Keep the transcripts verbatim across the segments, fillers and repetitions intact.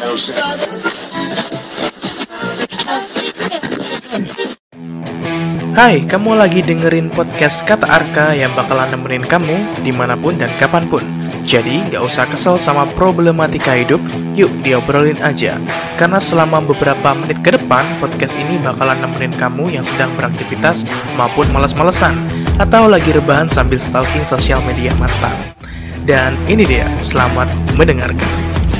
Hai, kamu lagi dengerin podcast Kata Arka yang bakalan nemenin kamu dimanapun dan kapanpun. Jadi gak usah kesel sama problematika hidup, yuk diobrolin aja. Karena selama beberapa menit ke depan, podcast ini bakalan nemenin kamu yang sedang beraktivitas maupun males-malesan, atau lagi rebahan sambil stalking sosial media mantan. Dan ini dia, selamat mendengarkan.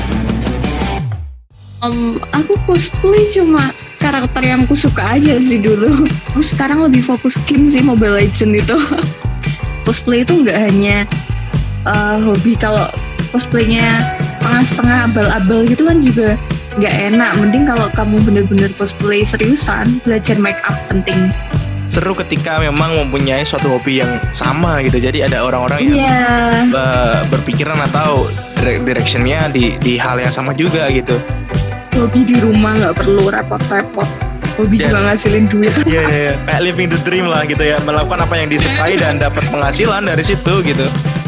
Um, aku cosplay cuma karakter yang aku suka aja sih dulu. Aku sekarang lebih fokus game sih, Mobile Legends itu. Cosplay itu nggak hanya uh, hobi. Kalau cosplaynya setengah-setengah abal-abal gitu kan juga nggak enak. Mending kalau kamu bener-bener cosplay seriusan, belajar make up penting. Seru ketika memang mempunyai suatu hobi yang sama gitu. Jadi ada orang-orang yang yeah. uh, berpikiran atau directionnya di di hal yang sama juga gitu. Hobi di rumah nggak perlu repot-repot. Hobi yeah. juga ngasilin duit. Iya, yeah, yeah, yeah. Kayak living the dream lah gitu ya. Melakukan apa yang disukai dan dapat penghasilan dari situ gitu.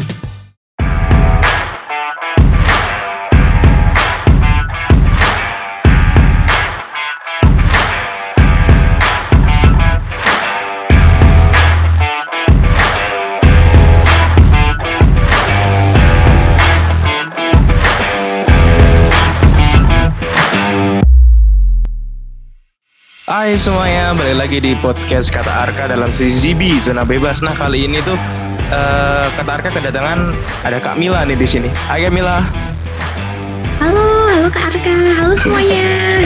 Hai semuanya, balik lagi di podcast Kata Arka dalam sesi Z B, Zona Bebas. Nah kali ini tuh uh, Kata Arka kedatangan ada Kak Mila nih di sini. Hai Kak Mila. Halo, halo Kak Arka, halo semuanya.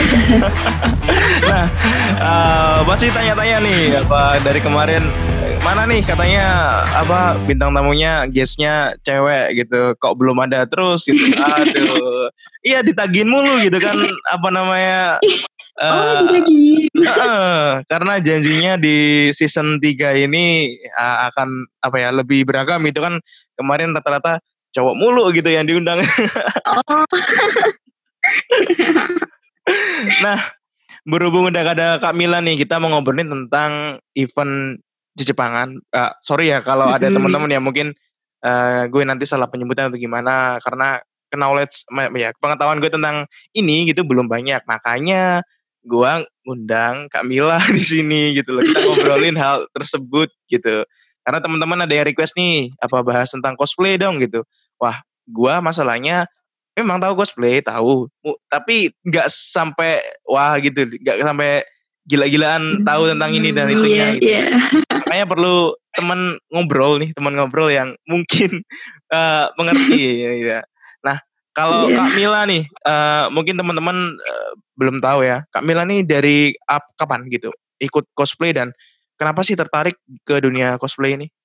Nah, uh, pasti tanya-tanya nih apa dari kemarin mana nih katanya apa bintang tamunya guestnya cewek gitu, kok belum ada terus gitu. Aduh, iya ditagih mulu gitu kan apa namanya. Uh, oh ditagih. Uh, karena janjinya di season tiga ini uh, akan apa ya lebih beragam itu kan. Kemarin rata-rata cowok mulu gitu yang diundang. Oh. Nah, berhubung udah ada Kak Mila nih, kita mau ngobrolin tentang event di Jepangan. Uh, sorry ya kalau ada teman-teman yang mungkin uh, gue nanti salah penyebutan atau gimana, karena knowledge ya pengetahuan gue tentang ini gitu belum banyak. Makanya gue ngundang Kak Mila di sini gitu loh. Kita ngobrolin hal tersebut gitu. Karena teman-teman ada yang request nih, apa bahas tentang cosplay dong gitu. Wah, gue masalahnya memang tahu cosplay, tahu, tapi nggak sampai wah gitu, nggak sampai gila-gilaan tahu tentang ini dan itunya. Yeah, gitu. yeah. Makanya perlu teman ngobrol nih, teman ngobrol yang mungkin uh, mengerti ya. Nah, kalau yeah. Kak Mila nih, uh, mungkin teman-teman uh, belum tahu ya, Kak Mila nih dari up, kapan gitu ikut cosplay dan kenapa sih tertarik ke dunia cosplay ini?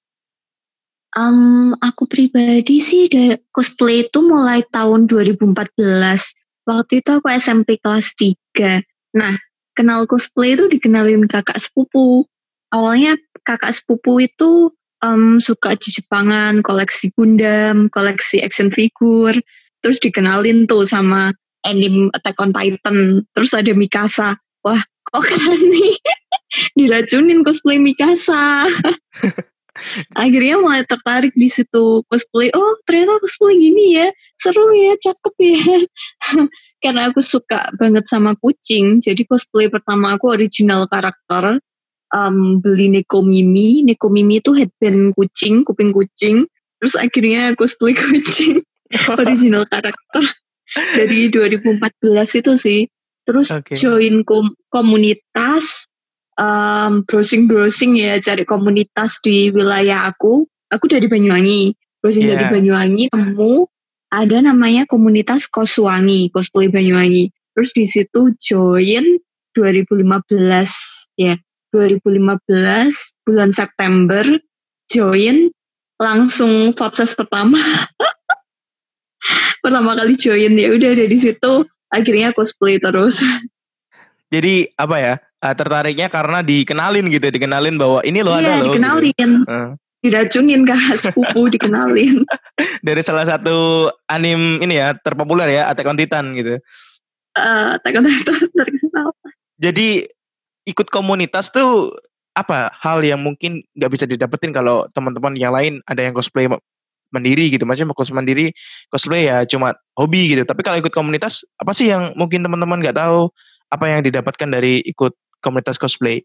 Um, aku pribadi sih dari cosplay itu mulai tahun dua ribu empat belas. Waktu itu aku S M P kelas tiga. Nah, kenal cosplay itu dikenalin kakak sepupu. Awalnya kakak sepupu itu um, suka Jepangan, koleksi Gundam, koleksi action figure. Terus dikenalin tuh sama anime Attack on Titan. Terus ada Mikasa. Wah, kok keren nih. Diracunin cosplay Mikasa. Akhirnya mulai tertarik di situ cosplay. Oh, ternyata cosplay gini ya. Seru ya, cakep ya. Karena aku suka banget sama kucing. Jadi cosplay pertama aku original karakter. Um, beli Nekomimi. Nekomimi itu headband kucing, kuping kucing. Terus akhirnya cosplay kucing. Original karakter. Dari dua ribu empat belas itu sih. Terus okay. join kom- komunitas. Um, browsing-browsing ya, cari komunitas di wilayah aku. Aku dari Banyuwangi. Browsing yeah. dari Banyuwangi, temu ada namanya komunitas Coswangi, cosplay Banyuwangi. Terus di situ join dua ribu lima belas ya. dua ribu lima belas bulan September join langsung Vodses pertama. Pertama kali join ya udah dari situ akhirnya cosplay terus. Jadi apa ya? Uh, tertariknya karena dikenalin gitu, dikenalin bahwa ini loh iya, ada loh. Dikenalin. Gitu. Uh. Diracunin kak sepupu dikenalin. Dari salah satu anime ini ya terpopuler ya, Attack on Titan gitu. Uh, Attack on Titan terkenal. Jadi ikut komunitas tuh apa hal yang mungkin nggak bisa didapetin kalau teman-teman yang lain ada yang cosplay mandiri gitu. Maksudnya kos mandiri cosplay ya cuma hobi gitu. Tapi kalau ikut komunitas apa sih yang mungkin teman-teman nggak tahu apa yang didapatkan dari ikut komunitas cosplay?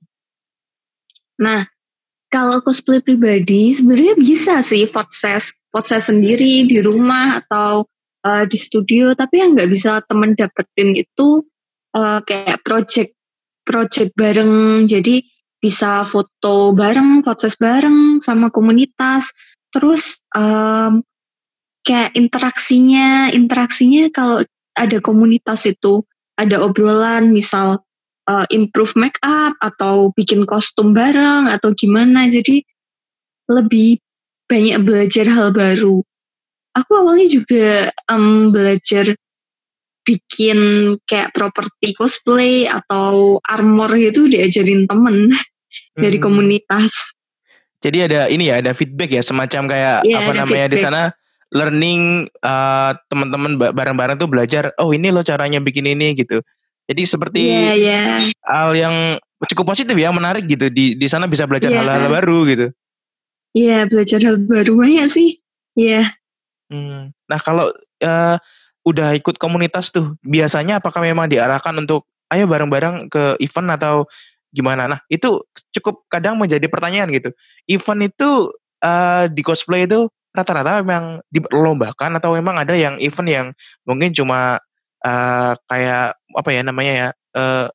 Nah, kalau cosplay pribadi sebenarnya bisa sih podcast podcast sendiri di rumah atau uh, di studio, tapi yang nggak bisa temen dapetin itu uh, kayak project project bareng. Jadi bisa foto bareng, podcast bareng sama komunitas. Terus um, kayak interaksinya, interaksinya kalau ada komunitas itu ada obrolan, misal uh, improve make up atau bikin kostum bareng atau gimana. Jadi lebih banyak belajar hal baru. Aku awalnya juga um, belajar bikin kayak properti cosplay atau armor gitu diajarin temen hmm. dari komunitas. Jadi ada ini ya, ada feedback ya, semacam kayak yeah, apa namanya di sana learning uh, teman-teman bareng-bareng tuh belajar. Oh ini loh caranya bikin ini gitu. Jadi seperti yeah, yeah. hal yang cukup positif ya, menarik gitu. Di di sana bisa belajar yeah. hal-hal baru gitu. Iya, yeah, belajar hal baru banyak sih. Iya. Yeah. Hmm. Nah kalau uh, udah ikut komunitas tuh, biasanya apakah memang diarahkan untuk ayo bareng-bareng ke event atau gimana? Nah itu cukup kadang menjadi pertanyaan gitu. Event itu uh, di cosplay itu rata-rata memang diperlombakan atau memang ada yang event yang mungkin cuma uh, kayak apa ya namanya ya uh,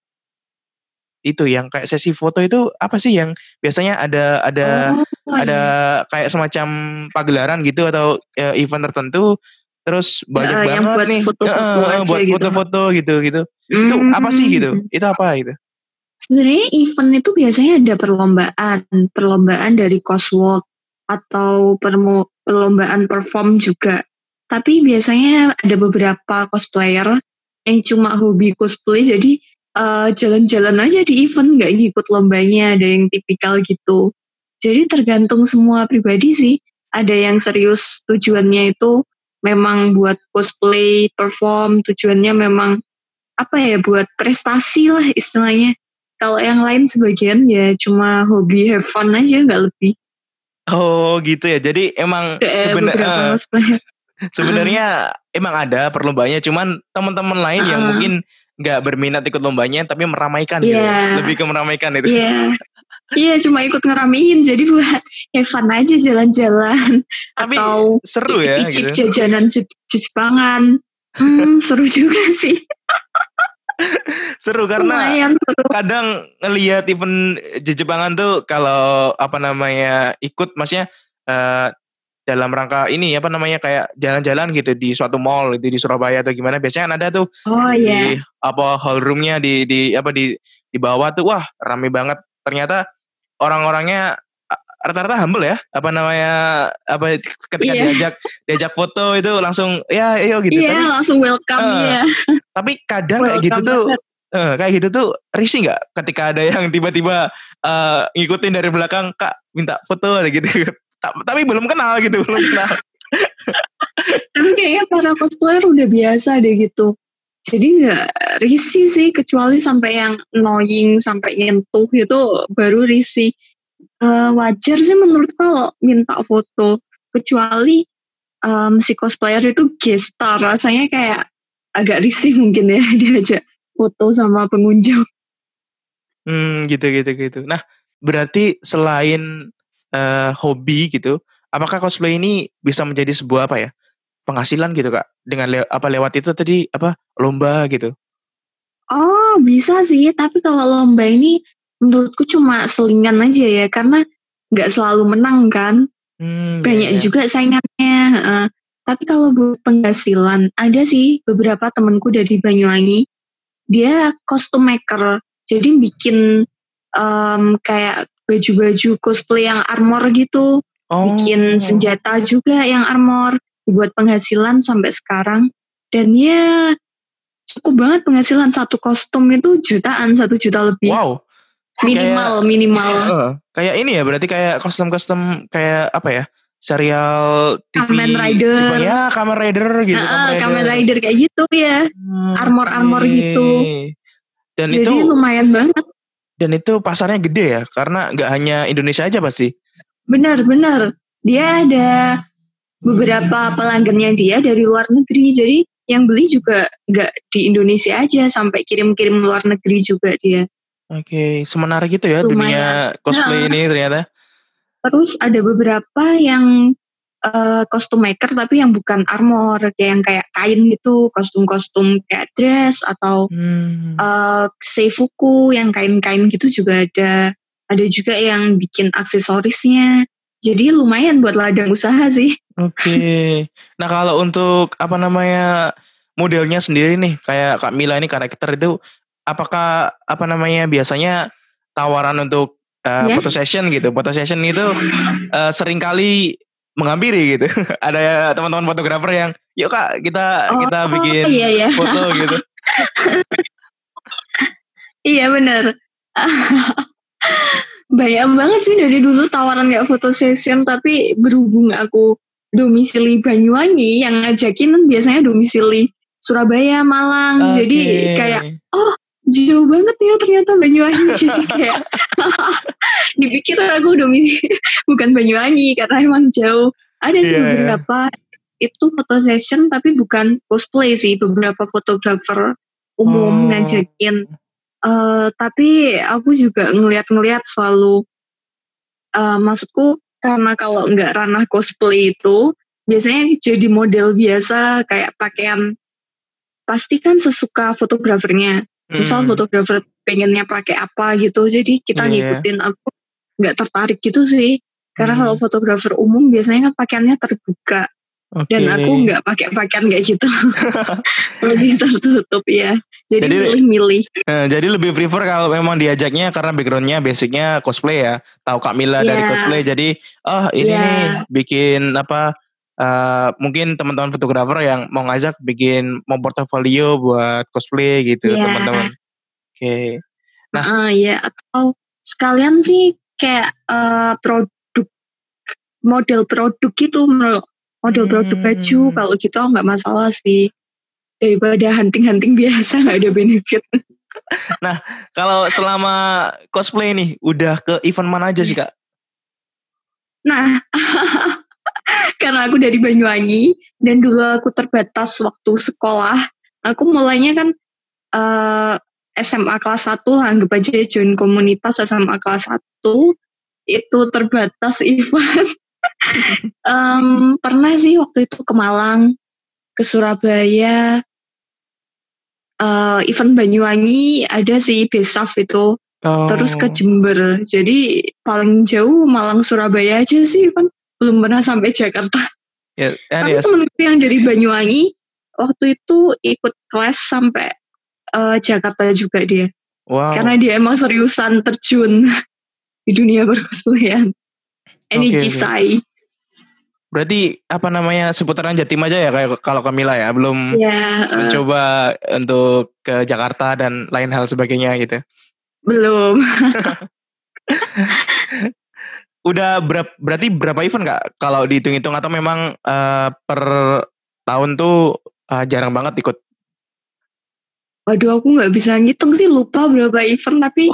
itu yang kayak sesi foto itu apa sih yang biasanya ada ada oh, ada iya. kayak semacam pagelaran gitu atau uh, event tertentu terus banyak uh, banget buat nih foto-foto uh, buat gitu. foto-foto gitu gitu mm. Itu apa sih gitu? Itu apa gitu? Sebenarnya event itu biasanya ada perlombaan, perlombaan dari coswork atau permo, perlombaan perform juga. Tapi biasanya ada beberapa cosplayer yang cuma hobi cosplay, jadi uh, jalan-jalan aja di event, nggak ngikut lombanya, ada yang tipikal gitu. Jadi tergantung semua pribadi sih. Ada yang serius tujuannya itu memang buat cosplay, perform, tujuannya memang apa ya, buat prestasi lah istilahnya. Kalau yang lain sebagian ya cuma hobi have fun aja, nggak lebih. Oh gitu ya. Jadi emang sebenarnya uh, sebenarnya uh. emang ada perlombanya, cuman teman-teman lain uh. yang mungkin nggak berminat ikut lombanya tapi meramaikan yeah. gitu. Lebih ke meramaikan itu. Iya. Yeah. Iya, yeah, cuma ikut ngeramein, jadi buat have fun aja jalan-jalan. Tapi atau seru ya icip gitu. Jajanan Jepangan. Hmm, seru juga sih. Seru karena lumayan, seru. Kadang ngelihat event Jepangan tuh kalau apa namanya ikut maksudnya uh, dalam rangka ini apa namanya kayak jalan-jalan gitu di suatu mall gitu di Surabaya atau gimana biasanya kan ada tuh oh, di yeah. apa hall roomnya di di apa di di bawah tuh wah rame banget ternyata orang-orangnya rata-rata humble ya apa namanya apa ketika yeah. diajak diajak foto itu langsung ya ayo gitu iya yeah, langsung welcome uh, ya tapi kadang welcome kayak gitu tuh uh, kayak gitu tuh risih nggak ketika ada yang tiba-tiba uh, ngikutin dari belakang kak minta foto gitu tapi belum kenal gitu belum kenal tapi kayaknya para cosplayer udah biasa deh gitu jadi nggak risih sih kecuali sampai yang annoying sampai nyentuh itu baru risih. Uh, wajar sih menurut kalau minta foto kecuali um, si cosplayer itu guest star rasanya kayak agak risih mungkin ya diajak foto sama pengunjung. Hmm gitu gitu gitu. Nah berarti selain uh, hobi gitu, apakah cosplay ini bisa menjadi sebuah apa ya penghasilan gitu kak dengan le- apa lewat itu tadi apa lomba gitu? Oh bisa sih tapi kalau lomba ini menurutku cuma selingan aja ya karena nggak selalu menang kan hmm, banyak yeah. juga saingannya uh, tapi kalau buat penghasilan ada sih beberapa temanku dari Banyuwangi dia costume maker jadi bikin um, kayak baju-baju cosplay yang armor gitu oh. bikin senjata juga yang armor buat penghasilan sampai sekarang dan ya cukup banget penghasilan satu kostum itu jutaan satu juta lebih wow minimal kayak, minimal uh, kayak ini ya berarti kayak kostum-kostum kayak apa ya serial T V Kamen Rider Jepang, ya Kamen Rider gitu nah, Kamen Rider. Rider kayak gitu ya hmm, armor-armor okay. gitu dan jadi itu lumayan banget dan itu pasarnya gede ya karena nggak hanya Indonesia aja pasti benar-benar dia ada beberapa pelanggannya dia dari luar negeri. Jadi yang beli juga nggak di Indonesia aja, sampai kirim-kirim luar negeri juga dia. Oke, semenarik itu ya Lumayan. dunia cosplay Nah, ini ternyata. terus ada beberapa yang uh, kostum maker tapi yang bukan armor, kayak yang kayak kain gitu, kostum-kostum kayak dress atau Hmm. uh, seifuku yang kain-kain gitu juga ada. Ada juga yang bikin aksesorisnya. Jadi lumayan buat ladang usaha sih. Oke. Nah kalau untuk apa namanya modelnya sendiri nih, kayak Kak Mila ini karakter itu, apakah apa namanya biasanya tawaran untuk uh, Ya. foto session gitu? Foto session itu uh, seringkali menghampiri gitu. Ada teman-teman fotografer yang, yuk Kak kita Oh, kita bikin iya, iya. foto gitu. Iya benar. Banyak banget sih dari dulu tawaran kayak foto session, tapi berhubung aku domisili Banyuwangi, yang ngajakin kan biasanya domisili Surabaya, Malang. Oke. Jadi kayak, oh jauh banget ya ternyata Banyuwangi. Jadi kayak dipikir aku domisili bukan Banyuwangi karena emang jauh. Ada sih Iya, iya. beberapa itu foto session tapi bukan cosplay sih, beberapa fotografer umum Oh. ngajakin. Uh, tapi aku juga ngeliat-ngeliat selalu, uh, maksudku karena kalau nggak ranah cosplay itu biasanya jadi model biasa kayak pakaian, pasti kan sesuka fotografernya. Misal Hmm. fotografer pengennya pakai apa gitu, jadi kita Iya, iya. ngikutin. Aku nggak tertarik gitu sih, karena Hmm. kalau fotografer umum biasanya kan pakaiannya terbuka. Oke. Dan aku nggak pakai pakaian kayak gitu. Lebih tertutup ya. Jadi, Jadi milih-milih. eh, jadi lebih prefer kalau memang diajaknya karena backgroundnya basicnya cosplay ya. Tahu Kak Mila dari Iya. cosplay, jadi oh ini Iya. nih bikin apa? eh, mungkin teman-teman fotografer yang mau ngajak bikin mau portofolio buat cosplay gitu Iya. teman-teman. Oke. Nah, Uh, ya atau sekalian sih kayak uh, produk, model produk gitu, model produk baju. Hmm. Kalau gitu nggak masalah sih, daripada hunting-hunting biasa nggak ada benefit. Nah, kalau selama cosplay nih udah ke event mana aja sih Kak? Nah, karena aku dari Banyuwangi dan dulu aku terbatas waktu sekolah, aku mulainya kan uh, S M A kelas satu, anggap aja join komunitas S M A kelas satu, itu terbatas event. um, pernah sih waktu itu ke Malang, ke Surabaya, uh, event Banyuwangi ada sih Besaf itu, Oh. terus ke Jember. Jadi paling jauh Malang Surabaya aja sih, kan belum pernah sampai Jakarta. Ya, Tapi yes. temenku yang dari Banyuwangi waktu itu ikut kelas sampai uh, Jakarta juga dia. Wow. Karena dia emang seriusan terjun di dunia bercosplayan. Ini Oke, Jisai. Berarti apa namanya seputaran Jatim aja ya kayak kalau Kamila ya, belum Ya, uh, mencoba untuk ke Jakarta dan lain hal sebagainya gitu. belum. Udah ber- berarti berapa event Kak kalau dihitung-hitung, atau memang uh, per tahun tuh uh, jarang banget ikut? Waduh, aku nggak bisa ngitung sih, lupa berapa event, tapi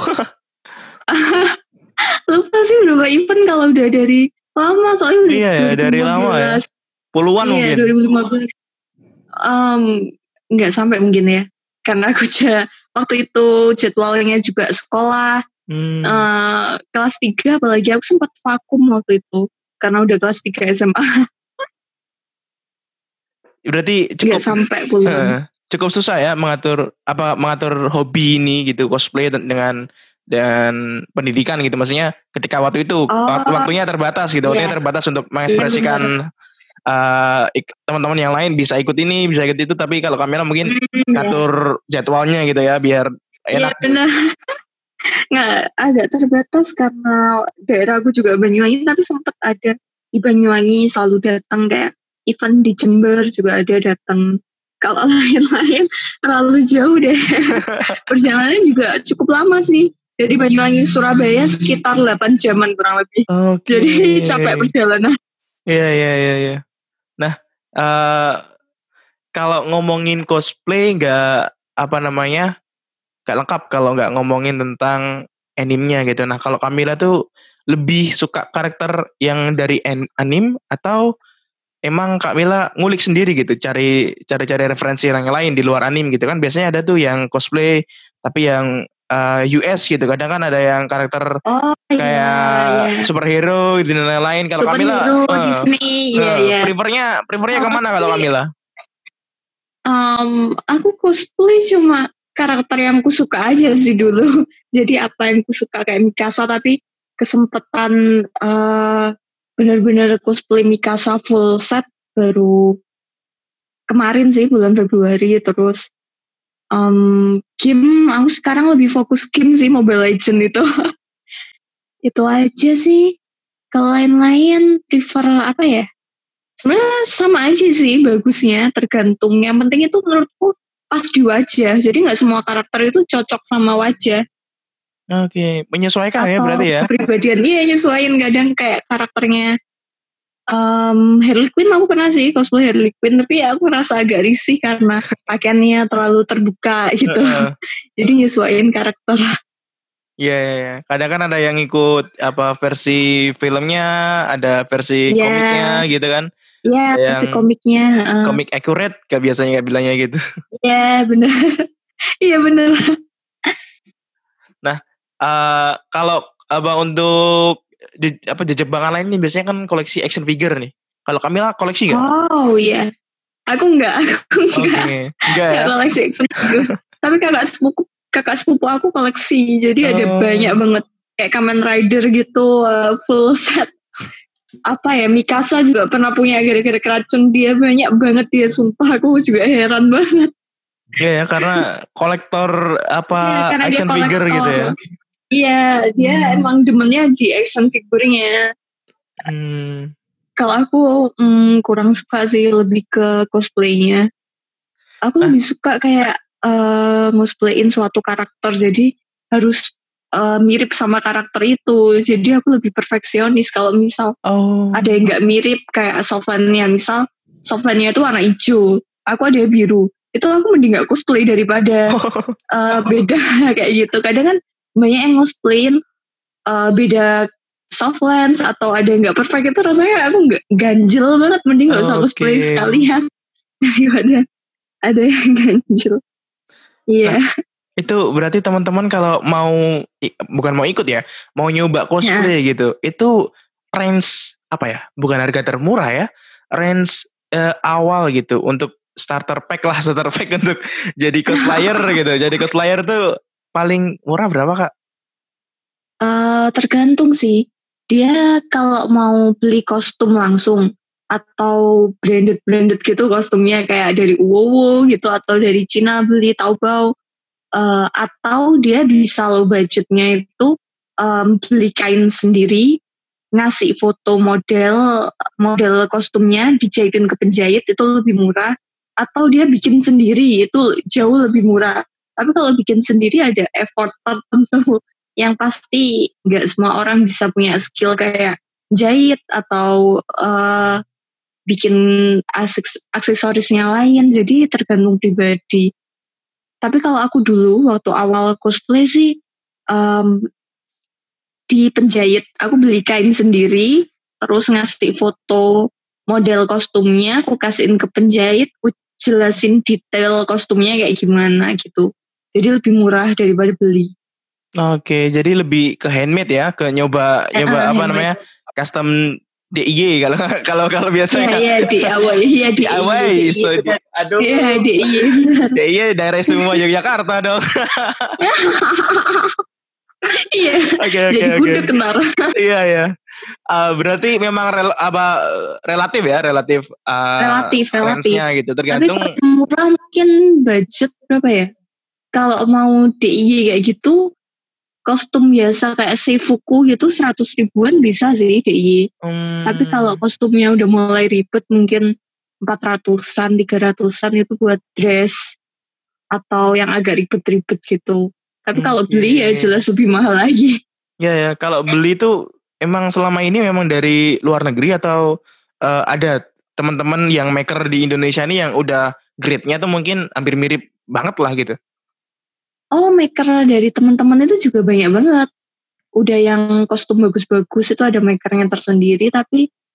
lupa sih berapa event kalau udah dari lama, soalnya udah Iya ya, dari lama ya. Puluhan iya, mungkin. dua ribu lima belas. Um, nggak sampai mungkin ya, karena aku aja waktu itu jadwalnya juga sekolah. Hmm. Uh, kelas tiga apalagi aku sempat vakum waktu itu karena udah kelas tiga S M A. Berarti cukup nggak sampai puluhan. Uh, cukup susah ya mengatur apa mengatur hobi ini gitu, cosplay dengan dan pendidikan gitu, maksudnya ketika waktu itu Oh, waktunya terbatas gitu, waktunya iya. terbatas untuk mengekspresikan uh, teman-teman yang lain bisa ikut ini bisa ikut itu, tapi kalau kamera mungkin hmm, ngatur ya. jadwalnya gitu ya biar enak. Iya benar. Nggak, agak terbatas karena daerah aku juga Banyuwangi, tapi sempat ada di Banyuwangi selalu datang, kayak event di Jember juga ada datang. Kalau lain-lain terlalu jauh deh. Perjalanannya juga cukup lama sih. Dari Banyuwangi Surabaya sekitar delapan jaman kurang lebih. Okay. Jadi capek perjalanan. Iya iya iya iya. Nah, uh, kalau ngomongin cosplay nggak apa namanya nggak lengkap kalau nggak ngomongin tentang animenya gitu. Nah, kalau Kamila tuh lebih suka karakter yang dari anime atau emang Kak Mila ngulik sendiri gitu, cari cari-cari referensi yang lain di luar anime gitu kan? Biasanya ada tuh yang cosplay tapi yang uh, U S gitu. Kadang kan ada yang karakter Oh iya, kayak iya. superhero gitu dan lain-lain. Kalau Kamila, Superhero uh, Disney, iya uh, iya. prefernya prefernya Kalau kemana kalau sih, Kamila? um, aku cosplay cuma karakter yang aku suka aja sih dulu. Jadi apa yang aku suka kayak Mikasa, tapi kesempatan uh, benar-benar cosplay Mikasa full set baru kemarin sih bulan Februari. Terus um, game, aku sekarang lebih fokus game sih, Mobile Legend itu. Itu aja sih. Kalau lain-lain prefer apa ya? Sebenarnya sama aja sih bagusnya, tergantung. Yang penting itu menurutku pas di wajah. Jadi nggak semua karakter itu cocok sama wajah. Oke, menyesuaikan ya Atau berarti ya? kepribadian. Iya, nyesuaiin kadang kayak karakternya um, Harley Quinn. Aku pernah sih cosplay Harley Quinn, tapi aku rasa agak risih karena pakaiannya terlalu terbuka gitu. Uh-uh. Jadi nyesuaiin karakter. Iya, yeah, yeah, yeah. Kadang kan ada yang ikut apa versi filmnya, ada versi Iya. komiknya gitu kan. Iya, Ada versi yang komiknya. Uh. komik accurate kayak biasanya bilangnya gitu. Iya, benar. Iya, benar. Nah, uh, kalau apa untuk je, apa jejebangan lain nih biasanya kan koleksi action figure nih. Kalau Kamila koleksi nggak? Oh iya, aku enggak, aku enggak, Oke, enggak enggak ya. koleksi action figure. Tapi kakak sepupu, kakak sepupu aku koleksi, jadi ada Oh. banyak banget kayak Kamen Rider gitu, uh, full set. Apa ya, Mikasa juga pernah punya gara-gara keracun dia, banyak banget dia, sumpah aku juga heran banget. Iya ya, karena kolektor apa Ya, karena action dia figure gitu ya. Iya, dia hmm. emang demennya di action figurnya. Hmm. Kalau aku mm, kurang suka sih, lebih ke cosplaynya. Aku nah. lebih suka kayak uh, cosplayin suatu karakter, jadi harus uh, mirip sama karakter itu. Jadi aku lebih perfeksionis. Kalau misal oh. ada yang nggak mirip kayak softline-nya, misal softline-nya itu warna hijau, aku ada yang biru, itu aku mending gak cosplay daripada uh, beda kayak gitu. Kadang kan banyak yang cosplayin uh, beda softlens atau ada yang nggak perfect, itu rasanya aku nggak ganjel banget, mending nggak usah cosplay okay. sekalian daripada ada yang ganjel. Iya. Yeah. Nah, itu berarti teman-teman kalau mau bukan mau ikut ya, mau nyoba cosplay yeah. gitu, itu range apa ya? Bukan harga termurah ya, range uh, awal gitu untuk starter pack lah, starter pack untuk jadi cosplayer gitu. Jadi cosplayer tuh paling murah berapa Kak? Uh, tergantung sih. Dia kalau mau beli kostum langsung atau branded-branded gitu kostumnya kayak dari Wowo gitu atau dari Cina beli Taobao, uh, atau dia bisa low budgetnya itu um, beli kain sendiri, ngasih foto model model kostumnya dijahitin ke penjahit, itu lebih murah, atau dia bikin sendiri itu jauh lebih murah. Tapi kalau bikin sendiri ada effort tertentu yang pasti nggak semua orang bisa punya skill kayak jahit atau uh, bikin aksesorisnya lain, jadi tergantung pribadi. Tapi kalau aku dulu waktu awal cosplay sih um, di penjahit, aku beli kain sendiri, terus ngasih foto model kostumnya, aku kasihin ke penjahit, aku jelasin detail kostumnya kayak gimana gitu. Jadi lebih murah daripada beli. Oke, jadi lebih ke handmade ya, ke nyoba eh, nyoba uh, apa handmade. namanya? Custom D I Y kalau kalau kalau biasanya. Iya, iya D I Y, iya D I Y. So, aduh. Iya D I Y. D I Y daerah istimewa Yogyakarta dong. Iya. Oke oke Jadi oke. gudeg kenal. Iya ya. Uh, berarti memang rel, apa relatif ya, relatif uh, relatif relatif gitu, tergantung. Tapi murah mungkin budget berapa ya? Kalau mau D I Y kayak gitu, kostum biasa kayak Seifuku gitu seratus ribuan bisa sih D I Y. Hmm. Tapi kalau kostumnya udah mulai ribet mungkin empat ratusan, tiga ratusan itu buat dress atau yang agak ribet-ribet gitu. Tapi kalau okay. beli ya jelas lebih mahal lagi. Ya ya, kalau beli tuh emang selama ini memang dari luar negeri atau uh, ada teman-teman yang maker di Indonesia ini yang udah grade-nya tuh mungkin hampir mirip banget lah gitu. Oh, maker dari teman-teman itu juga banyak banget. Udah yang kostum bagus-bagus itu ada makernya tersendiri, tapi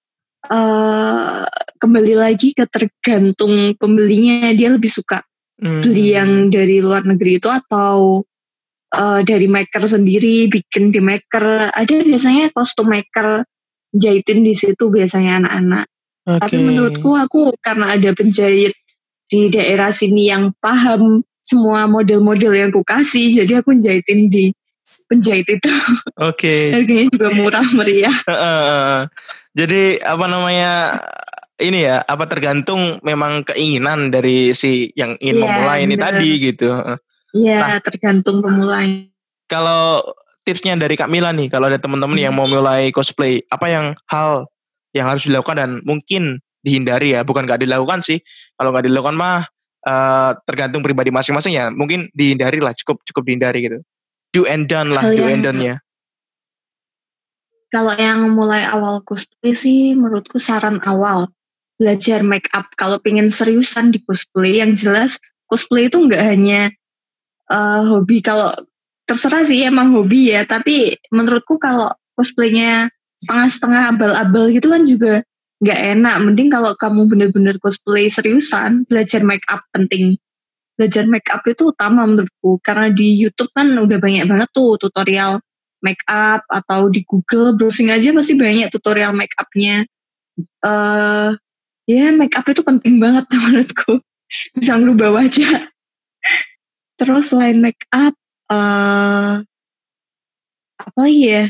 uh, kembali lagi ke tergantung pembelinya, dia lebih suka hmm. beli yang dari luar negeri itu atau uh, dari maker sendiri, bikin di maker. Ada biasanya kostum maker jahitin di situ biasanya anak-anak. Okay. Tapi menurutku aku karena ada penjahit di daerah sini yang paham semua model-model yang aku kasih, jadi aku jahitin di penjahit itu. Oke. Okay. Harganya juga murah meriah. Jadi apa namanya ini ya, apa tergantung memang keinginan dari si yang ingin yeah, memulai ini bener. Tadi gitu. Iya, yeah, nah, tergantung pemulai. Kalau tipsnya dari Kak Mila nih, kalau ada teman-teman yang mau mulai cosplay, apa yang hal yang harus dilakukan dan mungkin dihindari ya, bukan nggak dilakukan sih. Kalau nggak dilakukan mah uh, tergantung pribadi masing-masing ya, mungkin dihindari lah, cukup cukup dihindari gitu. Do and done lah, hal do and done-nya. Kalau yang mulai awal cosplay sih menurutku saran awal belajar make up. Kalau pengen seriusan di cosplay, yang jelas cosplay itu nggak hanya uh, hobi. Kalau terserah sih emang hobi ya, tapi menurutku kalau cosplaynya setengah-setengah abal-abal gitu kan juga nggak enak. Mending kalau kamu bener-bener cosplay seriusan, belajar make up penting. Belajar make up itu utama menurutku, karena di YouTube kan udah banyak banget tuh tutorial make up, atau di Google browsing aja pasti banyak tutorial make up-nya. Uh, ya make up itu penting banget menurutku, bisa ngerubah wajah. Terus selain make up, uh, apa lagi ya?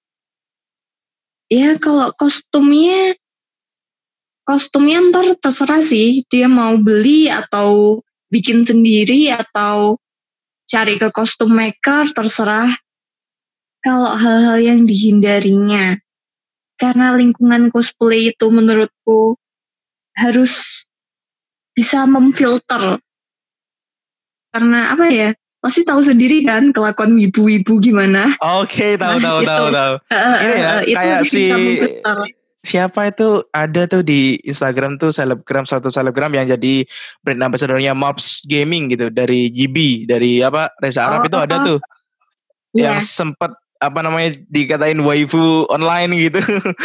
Ya kalau kostumnya, kostumnya ntar terserah sih, dia mau beli atau bikin sendiri atau cari ke kostum maker, terserah. Kalau hal-hal yang dihindarinya, karena lingkungan cosplay itu menurutku harus bisa memfilter. Karena apa ya, pasti tahu sendiri kan kelakuan wibu-wibu gimana. Oke, okay, tahu, nah, tahu, itu, tahu, tahu. Uh, Ini ya, uh, kayak itu si memfilter. Siapa itu ada tuh di Instagram tuh selebgram, satu selebgram yang jadi brand ambassador-nya Mobs Gaming gitu, dari G B, dari apa Reza Arab oh, itu ada tuh. Yeah. Yang sempat apa namanya dikatain waifu online gitu.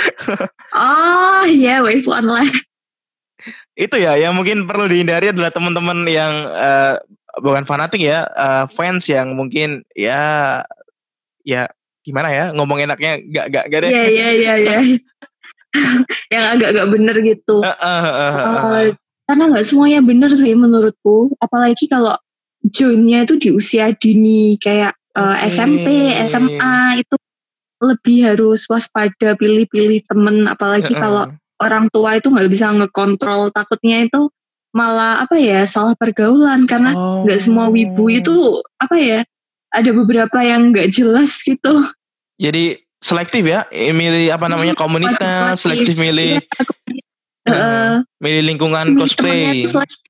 Oh iya, yeah, waifu online. Itu ya, yang mungkin perlu dihindari adalah teman-teman yang uh, bukan fanatik ya, uh, fans yang mungkin ya ya gimana ya ngomong enaknya nggak nggak nggak deh. Iya iya iya iya. Yang agak-agak bener gitu. Uh, uh, uh, uh, uh. Karena nggak semuanya bener sih menurutku. Apalagi kalau joinnya itu di usia dini kayak uh, okay. S M P, S M A itu lebih harus waspada, pilih-pilih temen. Apalagi uh, uh. kalau orang tua itu nggak bisa ngekontrol, takutnya itu malah apa ya salah pergaulan, karena nggak oh. semua wibu itu apa ya, ada beberapa yang nggak jelas gitu. Jadi selektif ya, milih apa namanya komunitas, selektif, selektif milih, ya, uh, milih lingkungan cosplay.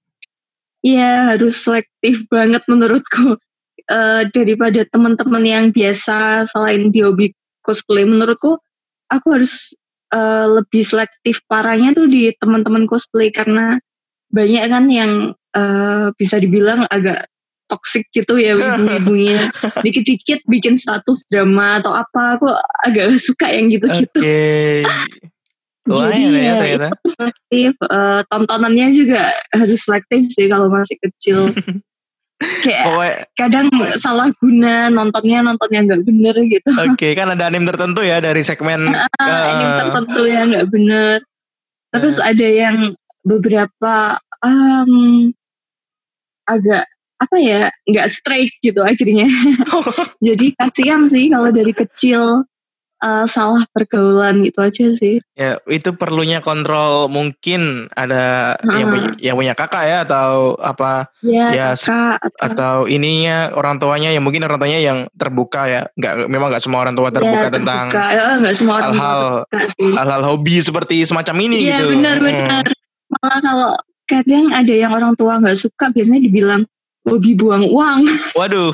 Iya harus selektif banget menurutku, uh, daripada teman-teman yang biasa selain di hobi cosplay. Menurutku aku harus uh, lebih selektif parahnya tuh di teman-teman cosplay, karena banyak kan yang uh, bisa dibilang agak toksik gitu ya ibu-ibunya, dikit-dikit bikin status drama atau apa, aku agak suka yang gitu-gitu. Okay. Jadi ya, ya itu selektif, uh, tontonannya juga harus selektif sih kalau masih kecil. Kayak Pokoknya, kadang salah guna nontonnya, nontonnya nggak bener gitu. Oke, okay, kan ada anime tertentu ya dari segmen uh, uh, anime tertentu yang nggak bener. Terus uh. ada yang beberapa um, agak apa ya, nggak straight gitu akhirnya. Jadi kasihan sih kalau dari kecil uh, salah pergaulan gitu aja sih. Ya itu perlunya kontrol, mungkin ada uh. yang punya, yang punya kakak ya atau apa ya, ya kakak, atau, atau ininya orang tuanya yang mungkin orang tuanya yang terbuka ya, nggak memang nggak semua orang tua terbuka, ya, tentang ya, nggak semua orang hal-hal hal-hal hobi seperti semacam ini ya, gitu. Iya benar-benar. Hmm. Malah kalau kadang ada yang orang tua nggak suka, biasanya dibilang hobi buang uang. Waduh.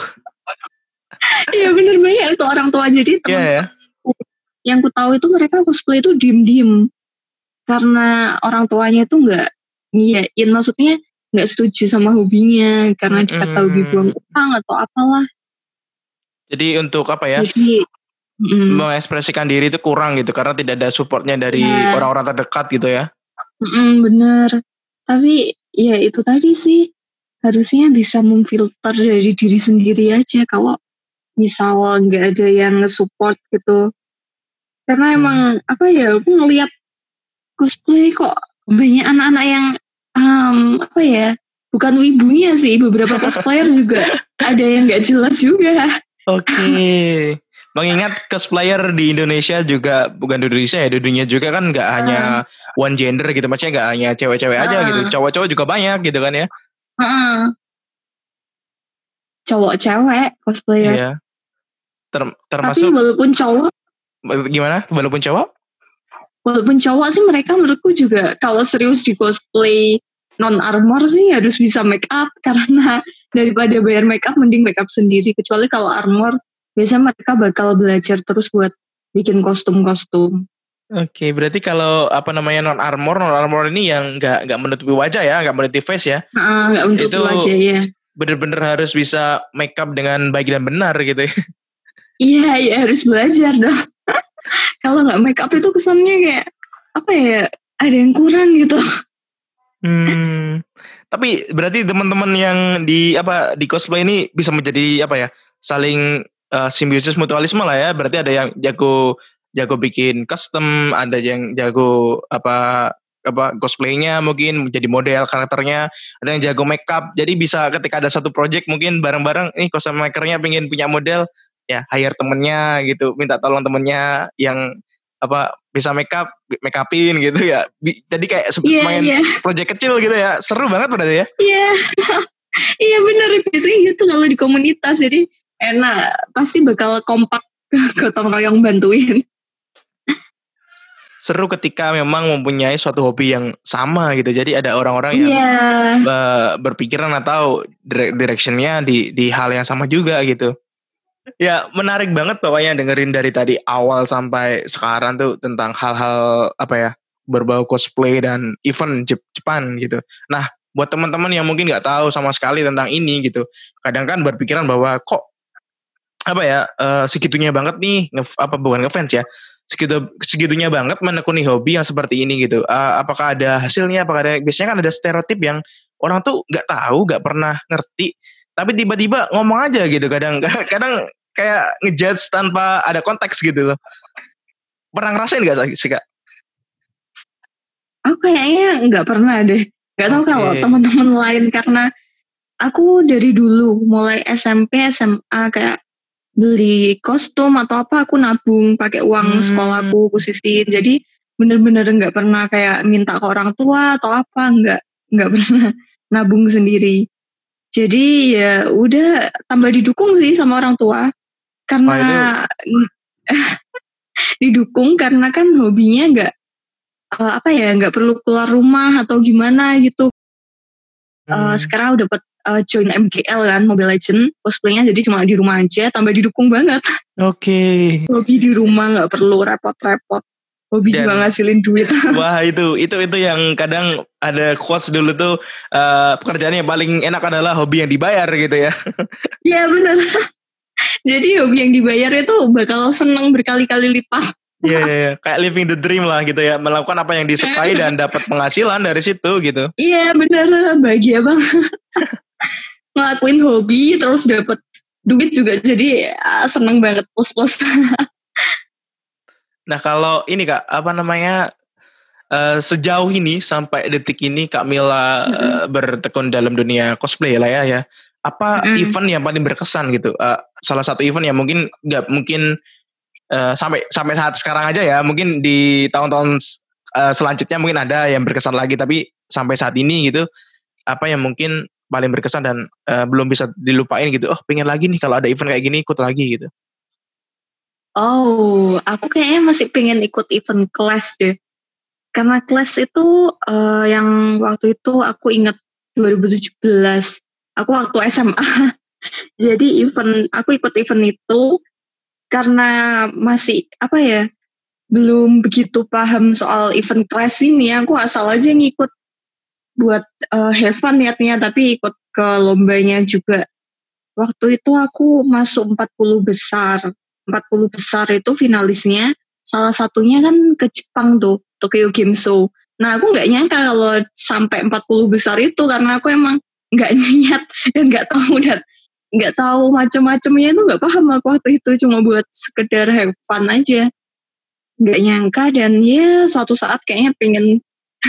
Iya bener banyak itu orang tua. Jadi teman yeah, yeah. yang ku tahu itu mereka cosplay itu diem-diem karena orang tuanya itu nggak ngiyain, maksudnya nggak setuju sama hobinya karena mm-hmm. dikata hobi buang uang atau apalah. Jadi untuk apa ya? Jadi Mm-mm. mengekspresikan diri itu kurang gitu karena tidak ada supportnya dari Ya. orang-orang terdekat gitu ya. Mm-mm, bener. Tapi ya itu tadi sih, harusnya bisa memfilter dari diri sendiri aja kalau misal nggak ada yang nge-support gitu. Karena Hmm. emang apa ya, aku ngeliat cosplay kok banyak anak-anak yang um, apa ya, bukan wibunya sih, beberapa cosplayer juga ada yang nggak jelas juga. Oke. Mengingat cosplayer di Indonesia juga bukan di Indonesia ya, di dunia juga kan nggak hanya one gender gitu, maksudnya nggak hanya cewek-cewek aja gitu, Uh. cowok-cowok juga banyak gitu kan ya. Uh. Cowok cewek cosplayer. Iya. Ter- termasuk. Tapi walaupun cowok. Gimana? Walaupun cowok? Walaupun cowok sih mereka menurutku juga kalau serius di cosplay non armor sih harus bisa make up, karena daripada bayar make up mending make up sendiri. Kecuali kalau armor biasanya mereka bakal belajar terus buat bikin kostum-kostum. Oke, berarti kalau apa namanya non armor, non armor ini yang nggak nggak menutupi wajah ya, nggak menutupi face ya? Nggak uh, menutupi wajah ya. Bener-bener harus bisa make up dengan baik dan benar gitu ya. Iya, ya harus belajar dong. Kalau nggak make up itu kesannya kayak apa ya? Ada yang kurang gitu. Hmm. Tapi berarti teman-teman yang di apa di cosplay ini bisa menjadi apa ya? Saling uh, simbiosis mutualisme lah ya. Berarti ada yang jago jago bikin custom, ada yang jago apa apa cosplaynya mungkin menjadi model karakternya, ada yang jago makeup. Jadi bisa ketika ada satu project mungkin bareng-bareng, nih cosplay makernya pengen punya model, ya hire temennya gitu, minta tolong temennya yang apa bisa makeup, make upin gitu ya. Jadi kayak seperti yeah, main yeah. project kecil gitu ya. Seru banget berarti ya. Iya. Yeah. Iya benar, biasanya gitu kalau di komunitas, jadi enak, pasti bakal kompak gotong royong bantuin. Seru ketika memang mempunyai suatu hobi yang sama gitu. Jadi ada orang-orang yang yeah. uh, berpikiran atau directionnya di di hal yang sama juga gitu. Ya menarik banget pokoknya dengerin dari tadi awal sampai sekarang tuh tentang hal-hal apa ya berbau cosplay dan event Jepang gitu. Nah buat teman-teman yang mungkin nggak tahu sama sekali tentang ini gitu, kadang kan berpikiran bahwa kok apa ya uh, segitunya banget nih nge, apa bukan ngefans ya, segitu segitunya banget menekuni hobi yang seperti ini gitu. Uh, apakah ada hasilnya? Apakah ada, biasanya kan ada stereotip yang orang tuh nggak tahu, nggak pernah ngerti, tapi tiba-tiba ngomong aja gitu. Kadang kadang kayak ngejudge tanpa ada konteks gitu loh. Pernah ngerasain nggak sih Kak? Aku kayaknya nggak pernah deh. Nggak tahu okay. Kalau teman-teman lain, karena aku dari dulu mulai S M P S M A kayak beli kostum atau apa aku nabung pakai uang hmm. sekolahku, aku sisihin. Jadi bener-bener nggak pernah kayak minta ke orang tua atau apa, nggak nggak pernah nabung sendiri. Jadi ya udah tambah didukung sih sama orang tua, karena oh, didukung karena kan hobinya nggak uh, apa ya nggak perlu keluar rumah atau gimana gitu. Hmm. Uh, sekarang udah dapat uh, join M G L kan, Mobile Legends cosplaynya, jadi cuma di rumah aja, tambah didukung banget. Oke. Okay. Hobi di rumah nggak perlu repot-repot. Hobi dan, juga ngasilin duit. Wah itu itu itu yang kadang ada quotes dulu tuh, uh, pekerjaan yang paling enak adalah hobi yang dibayar gitu ya. Iya benar. Jadi hobi yang dibayar itu bakal seneng berkali-kali lipat. Iya, yeah, yeah, kayak living the dream lah gitu ya, melakukan apa yang disukai dan dapat penghasilan dari situ gitu. Iya benar, bahagia banget. Ngelakuin hobi terus dapat duit juga, jadi seneng banget, plus-plus. Nah kalau ini Kak, apa namanya, uh, sejauh ini sampai detik ini Kak Mila mm-hmm. uh, bertekun dalam dunia cosplay lah ya, ya. Apa mm-hmm. event yang paling berkesan gitu? Uh, salah satu event yang mungkin nggak mungkin uh, sampai sampai saat sekarang aja ya, mungkin di tahun-tahun uh, selanjutnya mungkin ada yang berkesan lagi, tapi sampai saat ini gitu, apa yang mungkin paling berkesan dan uh, belum bisa dilupain gitu? Oh pengen lagi nih kalau ada event kayak gini ikut lagi gitu. Oh, aku kayaknya masih pengen ikut event kelas deh. Karena kelas itu uh, yang waktu itu aku ingat dua ribu tujuh belas, aku waktu S M A. Jadi event, aku ikut event itu karena masih apa ya, belum begitu paham soal event kelas ini. Aku asal aja ngikut buat uh, have fun niatnya, tapi ikut ke lombanya juga. Waktu itu aku masuk empat puluh besar. empat puluh besar itu finalisnya, salah satunya kan ke Jepang tuh, Tokyo Game Show. Nah aku nggak nyangka kalau sampai empat puluh besar itu, karena aku emang nggak niat dan nggak tahu dan nggak tahu macam-macamnya itu, nggak paham aku waktu itu, cuma buat sekedar have fun aja. Nggak nyangka, dan ya suatu saat kayaknya pengen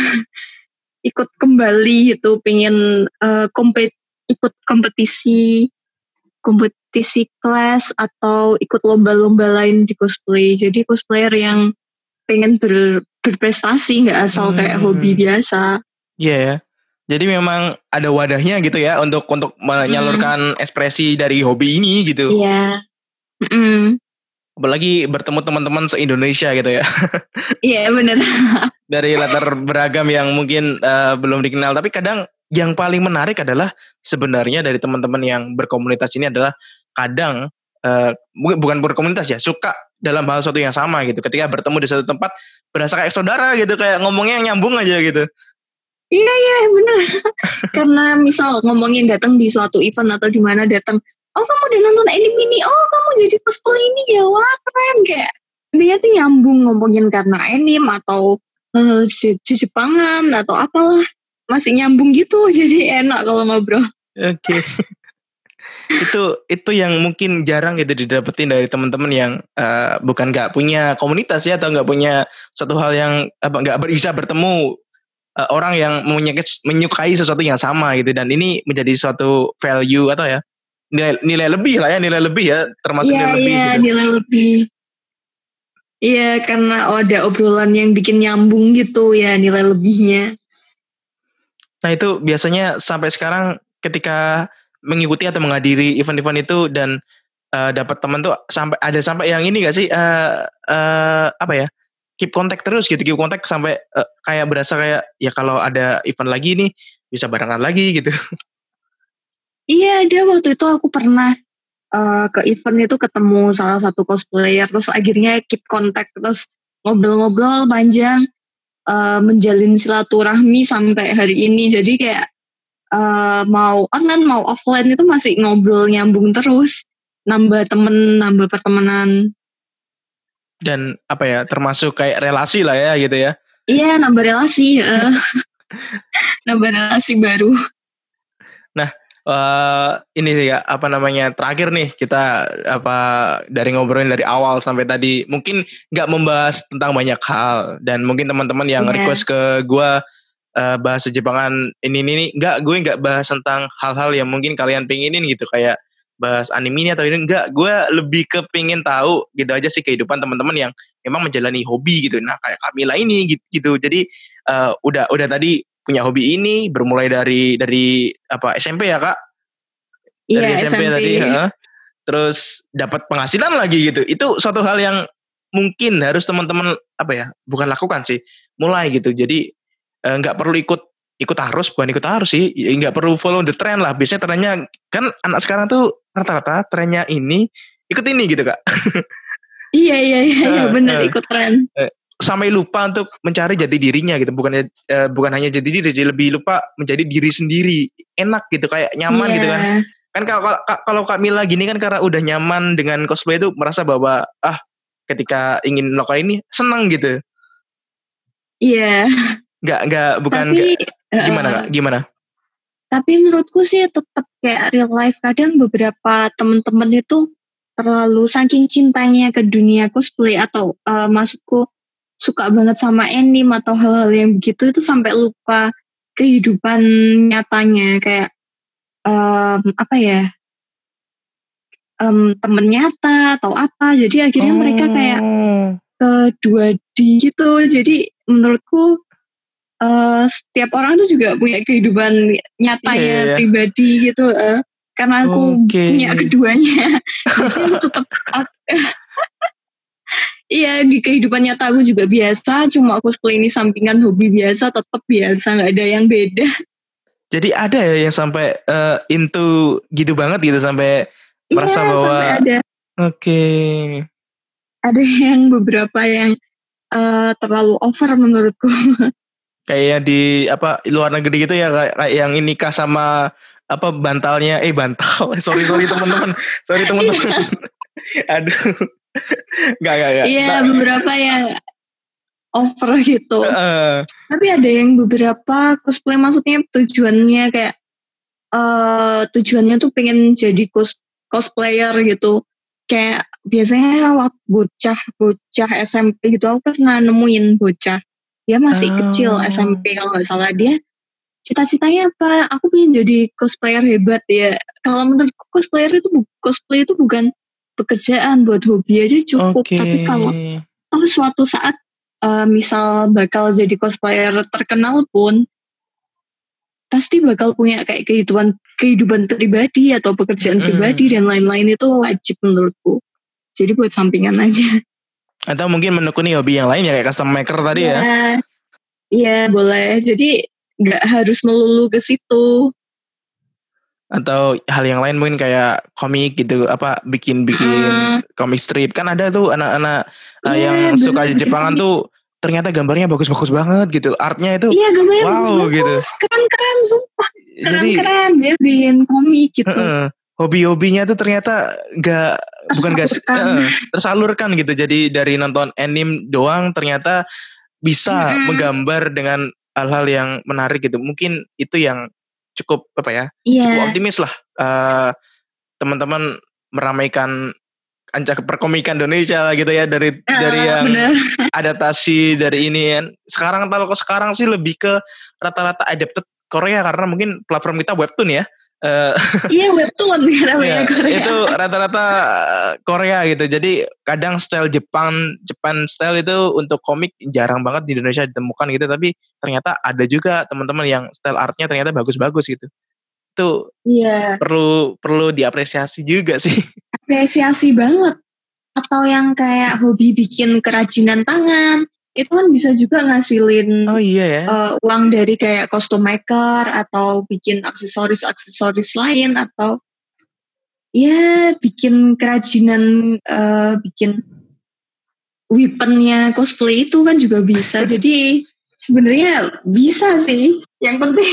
ikut kembali gitu, pengen uh, kompet ikut kompetisi kompetisi kelas atau ikut lomba-lomba lain di cosplay. Jadi cosplayer yang pengen ber, berprestasi, nggak asal hmm. kayak hobi biasa. Iya yeah, ya. Jadi memang ada wadahnya gitu ya untuk untuk menyalurkan hmm. ekspresi dari hobi ini gitu. Iya. Yeah. Mm-mm. Apalagi bertemu teman-teman se-Indonesia gitu ya. Iya yeah, benar. Dari latar beragam yang mungkin uh, belum dikenal, tapi kadang yang paling menarik adalah sebenarnya dari teman-teman yang berkomunitas ini adalah kadang uh, bukan berkomunitas ya, suka dalam hal sesuatu yang sama gitu. Ketika bertemu di satu tempat berasa kayak saudara gitu, kayak ngomongnya yang nyambung aja gitu. Iya iya benar. Karena misal ngomongin datang di suatu event atau di mana datang, oh kamu udah nonton anime ini, oh kamu jadi cosplay ini ya, wah keren, kayak intinya tuh nyambung ngomongin karena anime atau uh, Jepangan atau apalah, masih nyambung gitu, jadi enak kalau ngobrol. Oke. Okay. itu itu yang mungkin jarang gitu didapetin dari teman-teman yang uh, bukan nggak punya komunitas ya, atau nggak punya satu hal yang apa nggak bisa bertemu uh, orang yang menyukai, menyukai sesuatu yang sama gitu, dan ini menjadi suatu value atau ya nilai nilai lebih lah ya nilai lebih ya termasuk yeah, nilai lebih. Iya gitu. nilai lebih. Iya karena oh, ada obrolan yang bikin nyambung gitu ya, nilai lebihnya. Nah itu biasanya sampai sekarang ketika mengikuti atau menghadiri event-event itu dan uh, dapat teman tuh sampai ada sampai yang ini gak sih uh, uh, apa ya keep kontak terus gitu, keep kontak sampai uh, kayak berasa kayak ya kalau ada event lagi nih bisa barengan lagi gitu. Iya ada, waktu itu aku pernah uh, ke event itu ketemu salah satu cosplayer, terus akhirnya keep kontak, terus ngobrol-ngobrol panjang, uh, menjalin silaturahmi sampai hari ini. Jadi kayak Uh, mau online mau offline itu masih ngobrol nyambung terus, nambah temen, nambah pertemanan. Dan apa ya termasuk kayak relasi lah ya gitu ya. Iya nambah relasi, uh, nambah relasi baru. Nah uh, ini sih ya apa namanya terakhir nih kita apa dari ngobrolin dari awal sampai tadi mungkin nggak membahas tentang banyak hal, dan mungkin teman-teman yang yeah. request ke gue Uh, bahasa Jepangan ini ini, ini enggak, gue enggak bahas tentang hal-hal yang mungkin kalian pengenin gitu, kayak bahas anime ini atau ini, enggak, gue lebih kepingin tahu gitu aja sih kehidupan teman-teman yang memang menjalani hobi gitu. Nah kayak Kamila ini gitu, gitu. Jadi uh, udah udah tadi punya hobi ini bermulai dari dari apa S M P ya kak? Dari yeah, S M P, S M P tadi, uh, terus dapat penghasilan lagi gitu. Itu suatu hal yang mungkin harus teman-teman apa ya bukan lakukan sih, mulai gitu. Jadi nggak uh, perlu ikut ikut arus, bukan ikut arus sih, nggak perlu follow the trend lah. Biasanya trennya kan anak sekarang tuh rata-rata trennya ini ikut ini gitu kak. Iya iya iya uh, benar uh, ikut tren. Uh, sampai lupa untuk mencari jati dirinya gitu, bukan uh, bukan hanya jati diri, lebih lupa menjadi diri sendiri. Enak gitu, kayak nyaman yeah. gitu kan. Kan kalau kalau Kak Mila gini kan karena udah nyaman dengan cosplay itu, merasa bahwa ah ketika ingin melakukan ini senang gitu. Iya. Yeah. Nggak nggak bukan tapi, gak, gimana kak? Gimana? Tapi menurutku sih tetap kayak real life, kadang beberapa teman-teman itu terlalu saking cintanya ke dunia cosplay atau uh, maksudku suka banget sama anime atau hal-hal yang begitu, itu sampai lupa kehidupan nyatanya, kayak um, apa ya um, temen nyata atau apa. Jadi akhirnya oh. mereka kayak ke dua D gitu. Jadi menurutku Uh, setiap orang tuh juga punya kehidupan nyatanya yeah, yeah. pribadi gitu, uh, karena aku okay. punya keduanya. Jadi aku tetap iya di kehidupan nyata aku juga biasa, cuma cosplay ini sampingan hobi biasa, tetap biasa, nggak ada yang beda. Jadi ada ya yang sampai uh, into gitu banget gitu, sampai yeah, merasa bahwa sampai ada. Oke. Okay. Ada yang beberapa yang uh, terlalu over menurutku. Kayak di apa luar negeri gitu ya, kayak, kayak yang nikah sama apa bantalnya eh bantal sorry sorry teman-teman sorry teman-teman aduh Enggak, enggak, enggak. Iya, Nah, beberapa yang over gitu. uh, Tapi ada yang beberapa cosplay maksudnya tujuannya kayak uh, tujuannya tuh pengen jadi cos cosplayer gitu. Kayak biasanya waktu bocah-bocah S M P gitu aku pernah nemuin bocah. Dia masih kecil S M P kalau nggak salah, dia cita-citanya apa? Aku pengen jadi cosplayer hebat ya. Kalau menurutku cosplayer itu cosplay itu bukan pekerjaan, buat hobi aja cukup. okay. Tapi kalau oh, suatu saat uh, misal bakal jadi cosplayer terkenal pun pasti bakal punya kayak kehidupan kehidupan pribadi atau pekerjaan mm-hmm. pribadi dan lain-lain, itu wajib menurutku. Jadi buat sampingan aja. Atau mungkin menekuni hobi yang lain ya kayak custom maker tadi ya. Ya, iya boleh. Jadi nggak harus melulu ke situ. Atau hal yang lain mungkin kayak komik gitu, apa bikin-bikin uh, komik strip. Kan ada tuh anak-anak yeah, uh, yang bener, suka Jepangan komik. Tuh ternyata gambarnya bagus-bagus banget gitu. Artnya itu iya, gambarnya wow bagus-bagus, gitu. Keren-keren sumpah. Keren-keren dia bikin komik gitu. Uh, hobi-hobinya tuh ternyata gak bukan gak uh, tersalurkan gitu. Jadi dari nonton anime doang ternyata bisa mm-hmm. menggambar dengan hal-hal yang menarik gitu. Mungkin itu yang cukup apa ya, yeah. cukup optimis lah uh, teman-teman meramaikan kancah perkomikan Indonesia lah gitu ya, dari uh, dari yang bener. adaptasi dari ini kan. Sekarang kalau sekarang sih lebih ke rata-rata adapted Korea karena mungkin platform kita webtoon ya. Uh, iya webtoon ya, namanya Korea. Itu rata-rata Korea gitu. Jadi kadang style Jepang, Jepang style itu untuk komik jarang banget di Indonesia ditemukan gitu. Tapi ternyata ada juga teman-teman yang style artnya ternyata bagus-bagus gitu. Itu yeah. perlu perlu diapresiasi juga sih. Apresiasi banget. Atau yang kayak hobi bikin kerajinan tangan, itu kan bisa juga ngasilin oh, iya ya. uh, uang dari kayak costume maker atau bikin aksesoris-aksesoris lain, atau ya bikin kerajinan, uh, bikin weaponnya cosplay itu kan juga bisa. Jadi sebenarnya bisa sih. Yang penting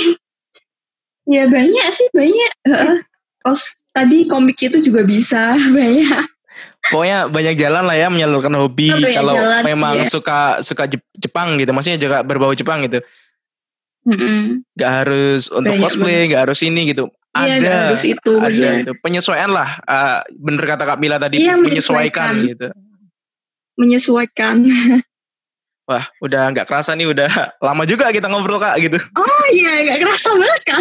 ya banyak sih banyak. Uh, kos tadi komik itu juga bisa banyak. Pokoknya banyak jalan lah ya menyalurkan hobi oh, kalau jalan, memang iya. suka suka Jepang gitu, maksudnya juga berbau Jepang gitu. Mm-hmm. Gak harus untuk banyak cosplay, banget. Gak harus ini gitu. Iya, ada, gak harus itu. Ada iya. itu penyesuaian lah. Uh, bener kata Kak Mila tadi, iya, menyesuaikan. menyesuaikan gitu. Menyesuaikan. Wah, udah nggak kerasa nih, udah lama juga kita ngobrol Kak gitu. Oh iya, nggak kerasa banget Kak.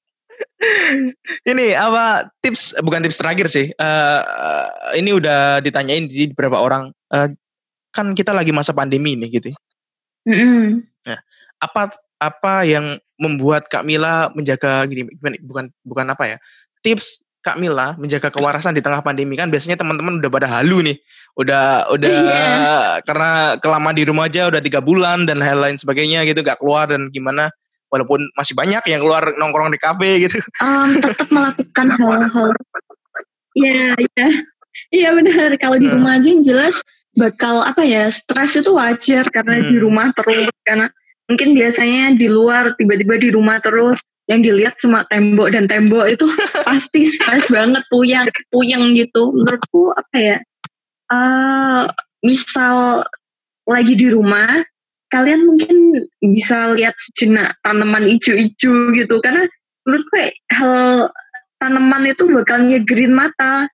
Ini apa tips, bukan tips terakhir sih. Uh, ini udah ditanyain di beberapa orang. Uh, kan kita lagi masa pandemi nih gitu. Mm-hmm. Nah, apa apa yang membuat Kak Mila menjaga gini? Bukan bukan apa ya? Tips Kak Mila menjaga kewarasan di tengah pandemi, kan biasanya teman-teman udah pada halu nih. Udah udah yeah. karena kelamaan di rumah aja udah tiga bulan dan hal lain sebagainya gitu, gak keluar dan gimana. Walaupun masih banyak yang keluar nongkrong di kafe gitu. Um, tetap melakukan hal-hal. Iya, iya. Iya benar. Kalau di rumah aja yang jelas bakal apa ya, stres itu wajar karena hmm. di rumah terus. Karena mungkin biasanya di luar, tiba-tiba di rumah terus. Yang dilihat cuma tembok dan tembok, itu pasti stres banget, puyeng, puyeng gitu. Menurutku apa ya, uh, misal lagi di rumah, kalian mungkin bisa lihat sejenak tanaman hijau-hijau gitu, karena menurutku kayak hal tanaman itu bakal nyegerin mata.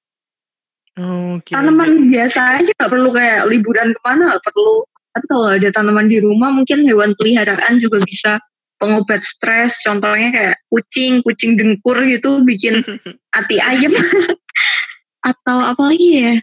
Okay. Tanaman biasa aja nggak perlu kayak liburan kemana, nggak perlu. Tapi kalau ada tanaman di rumah, mungkin hewan peliharaan juga bisa pengobat stres. Contohnya kayak kucing, kucing dengkur gitu bikin hati ayam. Atau apa lagi ya?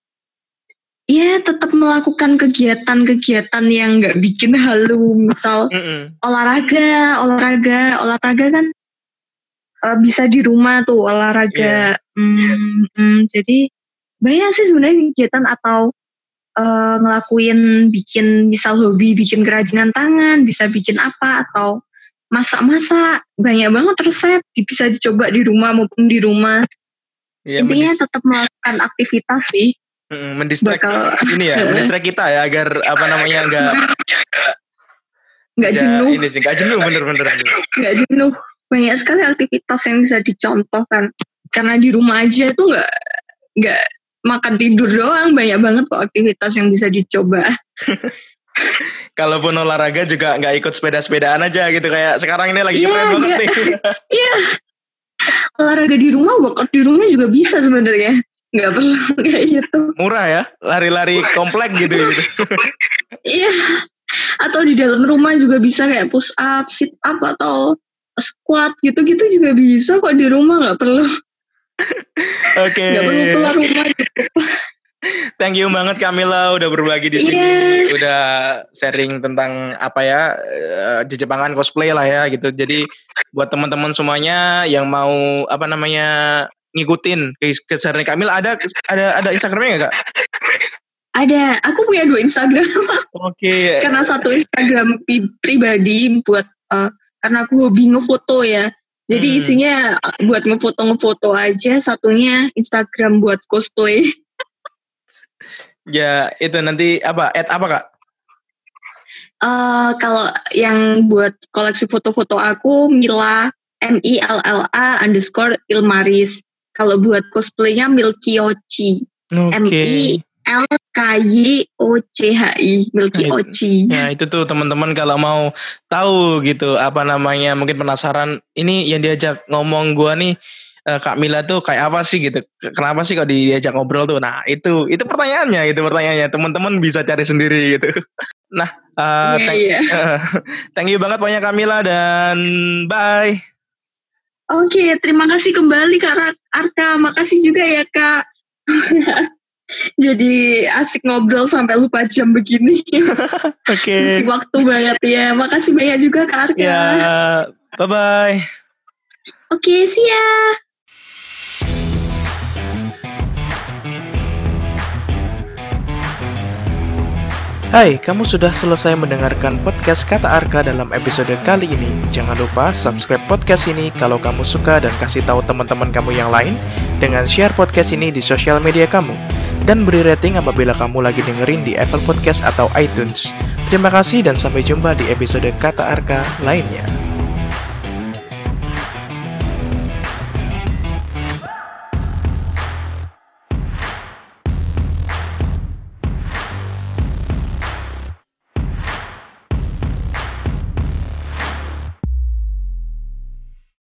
Ya tetap melakukan kegiatan-kegiatan yang nggak bikin halu, misal Mm-mm. olahraga, olahraga, olahraga kan uh, bisa di rumah tuh olahraga. Yeah. Hmm, hmm, jadi banyak sih sebenarnya kegiatan, atau uh, ngelakuin bikin misal hobi bikin kerajinan tangan, bisa bikin apa, atau masak-masak, banyak banget resep bisa dicoba di rumah maupun di rumah. Yeah, intinya mendis- tetap melakukan aktivitas sih. Mendistract bakal, ini ya, mendistract kita ya agar apa namanya enggak enggak jenuh. Ini sih enggak jenuh, bener-bener. Enggak jenuh. Banyak sekali aktivitas yang bisa dicontohkan. Karena di rumah aja itu enggak enggak makan tidur doang, banyak banget kok aktivitas yang bisa dicoba. Kalaupun olahraga juga nggak ikut sepeda-sepedaan aja gitu, kayak sekarang ini lagi Iya, keren banget nggak. nih. Iya, olahraga di rumah, workout di rumah juga bisa sebenarnya. Nggak perlu kayak gitu. Murah ya, lari-lari komplek gitu gitu. Iya, atau di dalam rumah juga bisa kayak push up, sit up, atau squat gitu-gitu juga bisa kok di rumah, nggak perlu. Oke. Nggak perlu keluar rumah gitu. Thank you banget Kamila udah berbagi di sini, Iya. udah sharing tentang apa ya eh, di Jepangan cosplay lah ya gitu. Jadi buat teman-teman semuanya yang mau apa namanya ngikutin keseharian Kamila, ada ada ada Instagramnya nggak Kak? Ada, aku punya dua Instagram. Oke. Karena satu Instagram pi- pribadi buat uh, karena aku hobi ngefoto ya. Jadi Hmm. isinya uh, buat ngefoto-ngefoto aja, satunya Instagram buat cosplay. Ya itu nanti apa? Add apa Kak? Uh, kalau yang buat koleksi foto-foto aku Mila M I L L A underscore Ilmaris. Kalau buat cosplaynya Milkyochi. M I L K Y O C H I Milky Nah, itu- Ochi. Ya itu tuh teman-teman kalau mau tahu gitu apa namanya, mungkin penasaran ini yang diajak ngomong gua nih eh, Kak Mila tuh kayak apa sih gitu, kenapa sih kok diajak ngobrol tuh, nah itu itu pertanyaannya itu pertanyaannya teman-teman bisa cari sendiri gitu. Nah eh, Iya, thank, iya. eh, thank you banget banyak Kak Mila dan bye. Oke, terima kasih kembali Kak Ra- Arka. Makasih juga ya Kak. Jadi asik ngobrol sampai lupa jam begini. Oke. Masih waktu banget ya. Makasih banyak juga Kak Arka. Ya, bye bye. Oke, see ya. Hai, kamu sudah selesai mendengarkan podcast Kata Arka dalam episode kali ini. Jangan lupa subscribe podcast ini kalau kamu suka dan kasih tahu teman-teman kamu yang lain dengan share podcast ini di sosial media kamu. Dan beri rating apabila kamu lagi dengerin di Apple Podcast atau iTunes. Terima kasih dan sampai jumpa di episode Kata Arka lainnya.